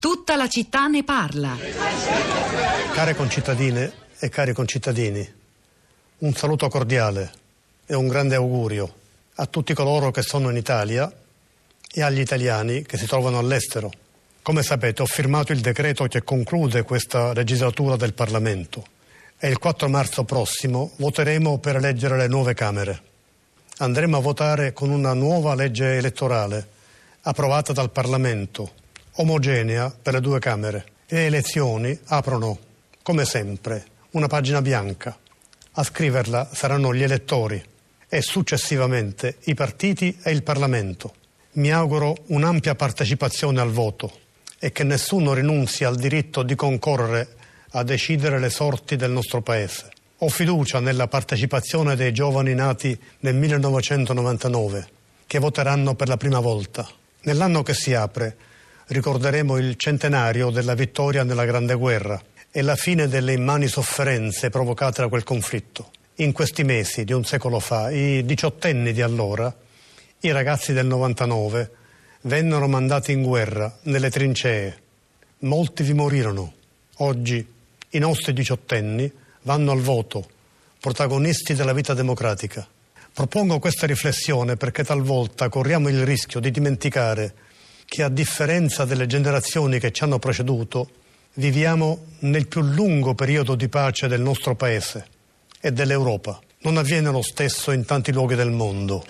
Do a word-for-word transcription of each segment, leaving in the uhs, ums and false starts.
Tutta la città ne parla. Care concittadine e cari concittadini, un saluto cordiale e un grande augurio a tutti coloro che sono in Italia e agli italiani che si trovano all'estero. Come sapete, ho firmato il decreto che conclude questa legislatura del Parlamento e il quattro marzo prossimo voteremo per eleggere le nuove Camere. Andremo a votare con una nuova legge elettorale approvata dal Parlamento, omogenea per le due Camere. Le elezioni aprono, come sempre, una pagina bianca. A scriverla saranno gli elettori e successivamente i partiti e il Parlamento. Mi auguro un'ampia partecipazione al voto e che nessuno rinunzi al diritto di concorrere a decidere le sorti del nostro Paese. Ho fiducia nella partecipazione dei giovani nati nel millenovecentonovantanove, che voteranno per la prima volta. Nell'anno che si apre ricorderemo il centenario della vittoria nella Grande Guerra e la fine delle immani sofferenze provocate da quel conflitto. In questi mesi di un secolo fa, i diciottenni di allora, i ragazzi del novantanove, vennero mandati in guerra, nelle trincee. Molti vi morirono. Oggi i nostri diciottenni vanno al voto, protagonisti della vita democratica. Propongo questa riflessione perché talvolta corriamo il rischio di dimenticare che, a differenza delle generazioni che ci hanno preceduto, viviamo nel più lungo periodo di pace del nostro Paese e dell'Europa. Non avviene lo stesso in tanti luoghi del mondo.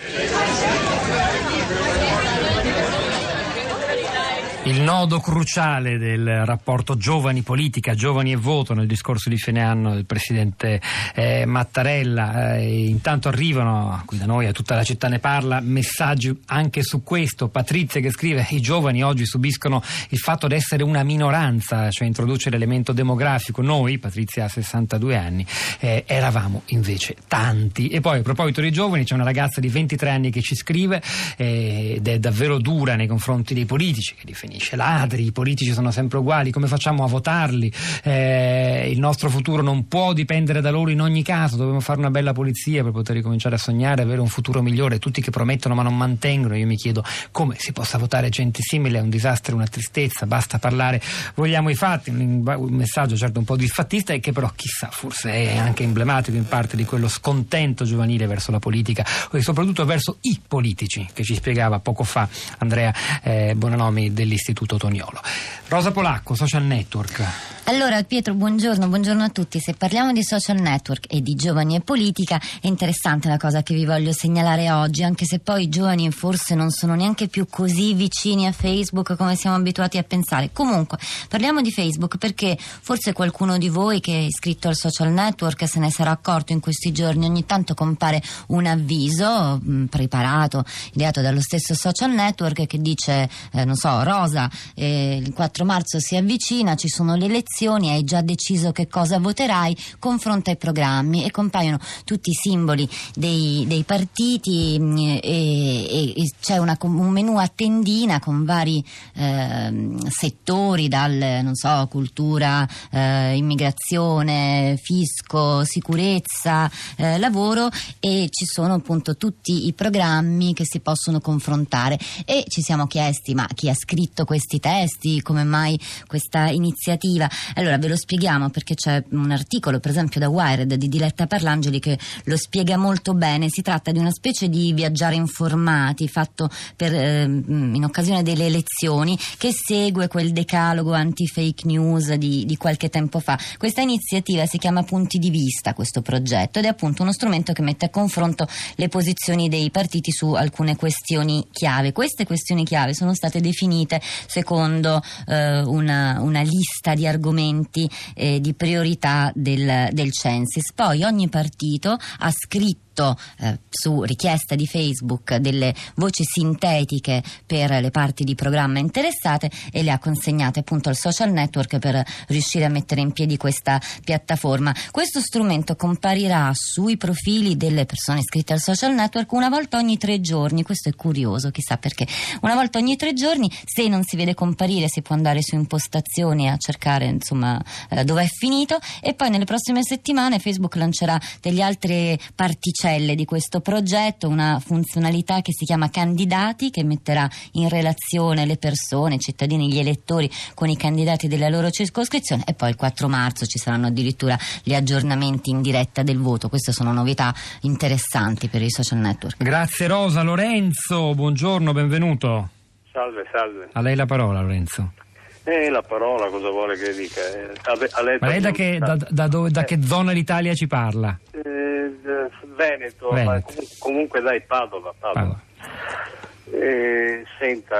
Il nodo cruciale del rapporto giovani-politica, giovani e voto nel discorso di fine anno del presidente eh, Mattarella. Eh, intanto arrivano qui da noi, a Tutta la città ne parla, messaggi anche su questo. Patrizia che scrive: i giovani oggi subiscono il fatto di essere una minoranza, cioè introduce l'elemento demografico. Noi, Patrizia ha sessantadue anni, eh, eravamo invece tanti. E poi, a proposito dei giovani, c'è una ragazza di ventitré anni che ci scrive eh, ed è davvero dura nei confronti dei politici, che definisce ladri, i politici sono sempre uguali, come facciamo a votarli? Eh, il nostro futuro non può dipendere da loro in ogni caso, dobbiamo fare una bella pulizia per poter ricominciare a sognare, avere un futuro migliore. Tutti che promettono ma non mantengono. Io mi chiedo come si possa votare gente simile, è un disastro, una tristezza, basta parlare, vogliamo i fatti. Un, un messaggio certo un po' disfattista e che però chissà forse è anche emblematico in parte di quello scontento giovanile verso la politica e soprattutto verso i politici che ci spiegava poco fa Andrea eh, Bonanomi dell'Istituto Istituto Toniolo. Rosa Polacco, social network. Allora Pietro, buongiorno, buongiorno a tutti. Se parliamo di social network e di giovani e politica, è interessante la cosa che vi voglio segnalare oggi, anche se poi i giovani forse non sono neanche più così vicini a Facebook come siamo abituati a pensare. Comunque, parliamo di Facebook perché forse qualcuno di voi che è iscritto al social network se ne sarà accorto in questi giorni. Ogni tanto compare un avviso mh, preparato, ideato dallo stesso social network, che dice, eh, non so, Rosa, eh, il quattro marzo si avvicina, ci sono le elezioni, hai già deciso che cosa voterai, confronta i programmi, e compaiono tutti i simboli dei, dei partiti e, e, e c'è una, un menù a tendina con vari eh, settori, dal non so cultura, eh, immigrazione, fisco, sicurezza, eh, lavoro, e ci sono appunto tutti i programmi che si possono confrontare. E ci siamo chiesti: ma chi ha scritto questi testi, come mai questa iniziativa? Allora ve lo spieghiamo, perché c'è un articolo per esempio da Wired di Diletta Parlangeli che lo spiega molto bene. Si tratta di una specie di viaggiare informati fatto per, eh, in occasione delle elezioni, che segue quel decalogo anti-fake news di, di qualche tempo fa. Questa iniziativa si chiama Punti di Vista, questo progetto, ed è appunto uno strumento che mette a confronto le posizioni dei partiti su alcune questioni chiave. Queste questioni chiave sono state definite secondo eh, una, una lista di argomenti eh, di priorità del, del Censis. Poi ogni partito ha scritto Eh, su richiesta di Facebook delle voci sintetiche per le parti di programma interessate e le ha consegnate appunto al social network per riuscire a mettere in piedi questa piattaforma. Questo strumento comparirà sui profili delle persone iscritte al social network una volta ogni tre giorni. Questo è curioso, chissà perché. Una volta ogni tre giorni, se non si vede comparire si può andare su impostazioni a cercare insomma eh, dove è finito, e poi nelle prossime settimane Facebook lancerà degli altri particelle pelle di questo progetto, una funzionalità che si chiama Candidati, che metterà in relazione le persone, i cittadini, gli elettori con i candidati della loro circoscrizione, e poi il quattro marzo ci saranno addirittura gli aggiornamenti in diretta del voto. Queste sono novità interessanti per i social network. Grazie Rosa. Lorenzo, buongiorno, benvenuto. Salve, salve. A lei la parola, Lorenzo. Eh, la parola cosa vuole che dica? Eh, a, a lei Ma lei da che, da, da, dove, da che zona d'Italia ci parla? Eh, Veneto, Veneto. Ma comunque, comunque dai, Padova. Padova. Padova. Eh, senta,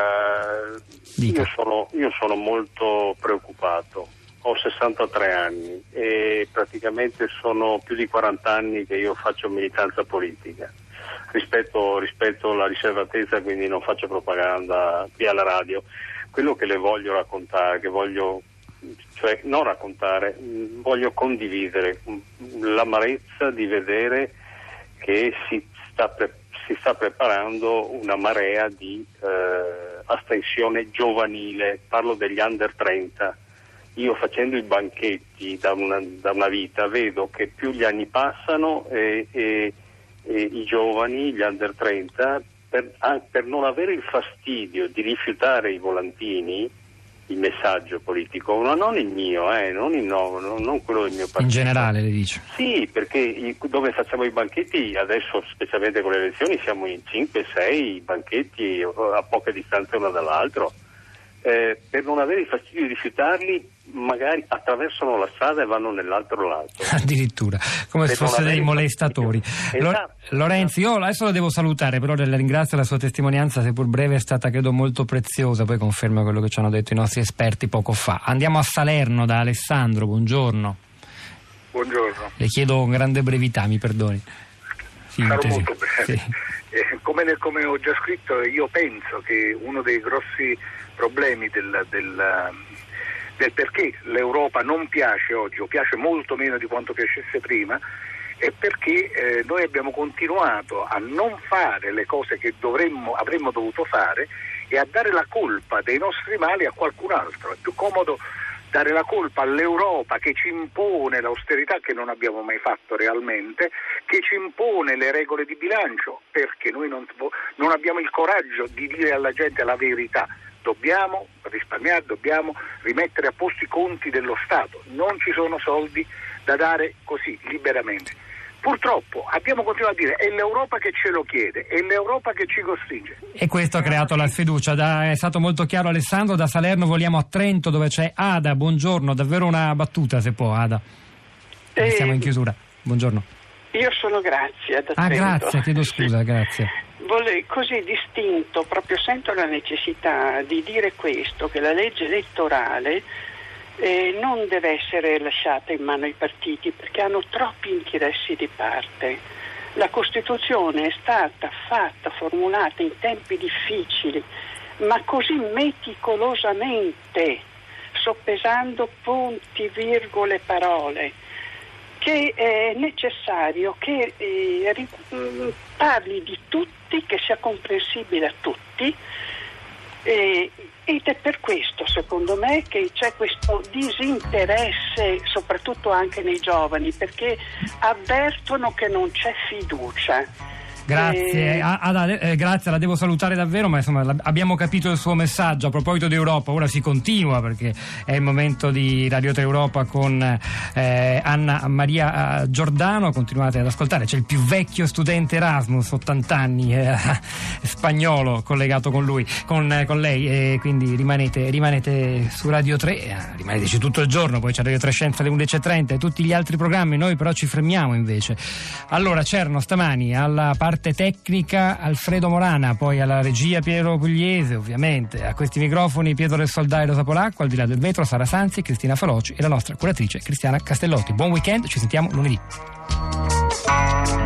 io sono, io sono molto preoccupato. Ho sessantatré anni e praticamente sono più di quaranta anni che io faccio militanza politica. Rispetto, rispetto alla riservatezza, quindi non faccio propaganda qui alla radio. Quello che le voglio raccontare, che voglio, cioè non raccontare, voglio condividere l'amarezza di vedere che si sta, pre- si sta preparando una marea di eh, astensione giovanile, parlo degli under trenta. Io facendo i banchetti da una, da una vita vedo che più gli anni passano e, e, e i giovani, gli under trenta, Per, ah, per non avere il fastidio di rifiutare i volantini, il messaggio politico, ma non il mio, eh, non, il no, non, non quello del mio partito. In generale, le dice? Sì, perché i, dove facciamo i banchetti, adesso specialmente con le elezioni, siamo in cinque sei banchetti a poche distanze uno dall'altro. Eh, per non avere il fastidio di rifiutarli, magari attraversano la strada e vanno nell'altro lato. Addirittura, come se fossero dei molestatori. Esatto. Lorenzo, io adesso la devo salutare, però la ringrazio, la sua testimonianza, seppur breve, è stata credo molto preziosa, poi conferma quello che ci hanno detto i nostri esperti poco fa. Andiamo a Salerno da Alessandro, buongiorno. Buongiorno. Le chiedo con grande brevità, mi perdoni. Sarò molto breve. Sì. Eh, come, nel, come ho già scritto, io penso che uno dei grossi problemi del, del, del perché l'Europa non piace oggi, o piace molto meno di quanto piacesse prima, è perché eh, noi abbiamo continuato a non fare le cose che dovremmo, avremmo dovuto fare e a dare la colpa dei nostri mali a qualcun altro. È più comodo dare la colpa all'Europa che ci impone l'austerità, che non abbiamo mai fatto realmente, che ci impone le regole di bilancio, perché noi non, non abbiamo il coraggio di dire alla gente la verità. Dobbiamo risparmiare, dobbiamo rimettere a posto i conti dello Stato, non ci sono soldi da dare così liberamente. Purtroppo abbiamo continuato a dire è l'Europa che ce lo chiede, è l'Europa che ci costringe. E questo ha creato la sfiducia. Da, è stato molto chiaro Alessandro. Da Salerno voliamo a Trento, dove c'è Ada. Buongiorno, davvero una battuta se può, Ada. Eh, Siamo in chiusura. Buongiorno. Io sono Grazia da Ah, Trento. grazie, chiedo scusa, sì. grazie. Vole, così distinto, proprio sento la necessità di dire questo, che la legge elettorale Eh, non deve essere lasciata in mano ai partiti, perché hanno troppi interessi di parte. La Costituzione è stata fatta, formulata in tempi difficili, ma così meticolosamente, soppesando punti, virgole, parole, che è necessario che eh, parli di tutti, che sia comprensibile a tutti. Eh, ed è per questo, secondo me, che c'è questo disinteresse, soprattutto anche nei giovani, perché avvertono che non c'è fiducia. Grazie, Eh... Ada, eh, grazie, la devo salutare davvero, ma insomma abbiamo capito il suo messaggio. A proposito di Europa, ora si continua perché è il momento di Radio tre Europa con eh, Anna Maria Giordano. Continuate ad ascoltare, c'è il più vecchio studente Erasmus, ottanta anni, eh, spagnolo, collegato con lui, con, eh, con lei, e quindi rimanete, rimanete su Radio tre, eh, rimaneteci tutto il giorno, poi c'è Radio tre Scienza alle undici e trenta e tutti gli altri programmi. Noi però ci fermiamo invece. Allora, c'erano stamani alla parte tecnica Alfredo Morana, poi alla regia Piero Pugliese, ovviamente a questi microfoni Pietro del Soldà e Rosa Polacco, al di là del vetro Sara Sanzi, Cristina Faloci e la nostra curatrice Cristiana Castellotti. Buon weekend, ci sentiamo lunedì.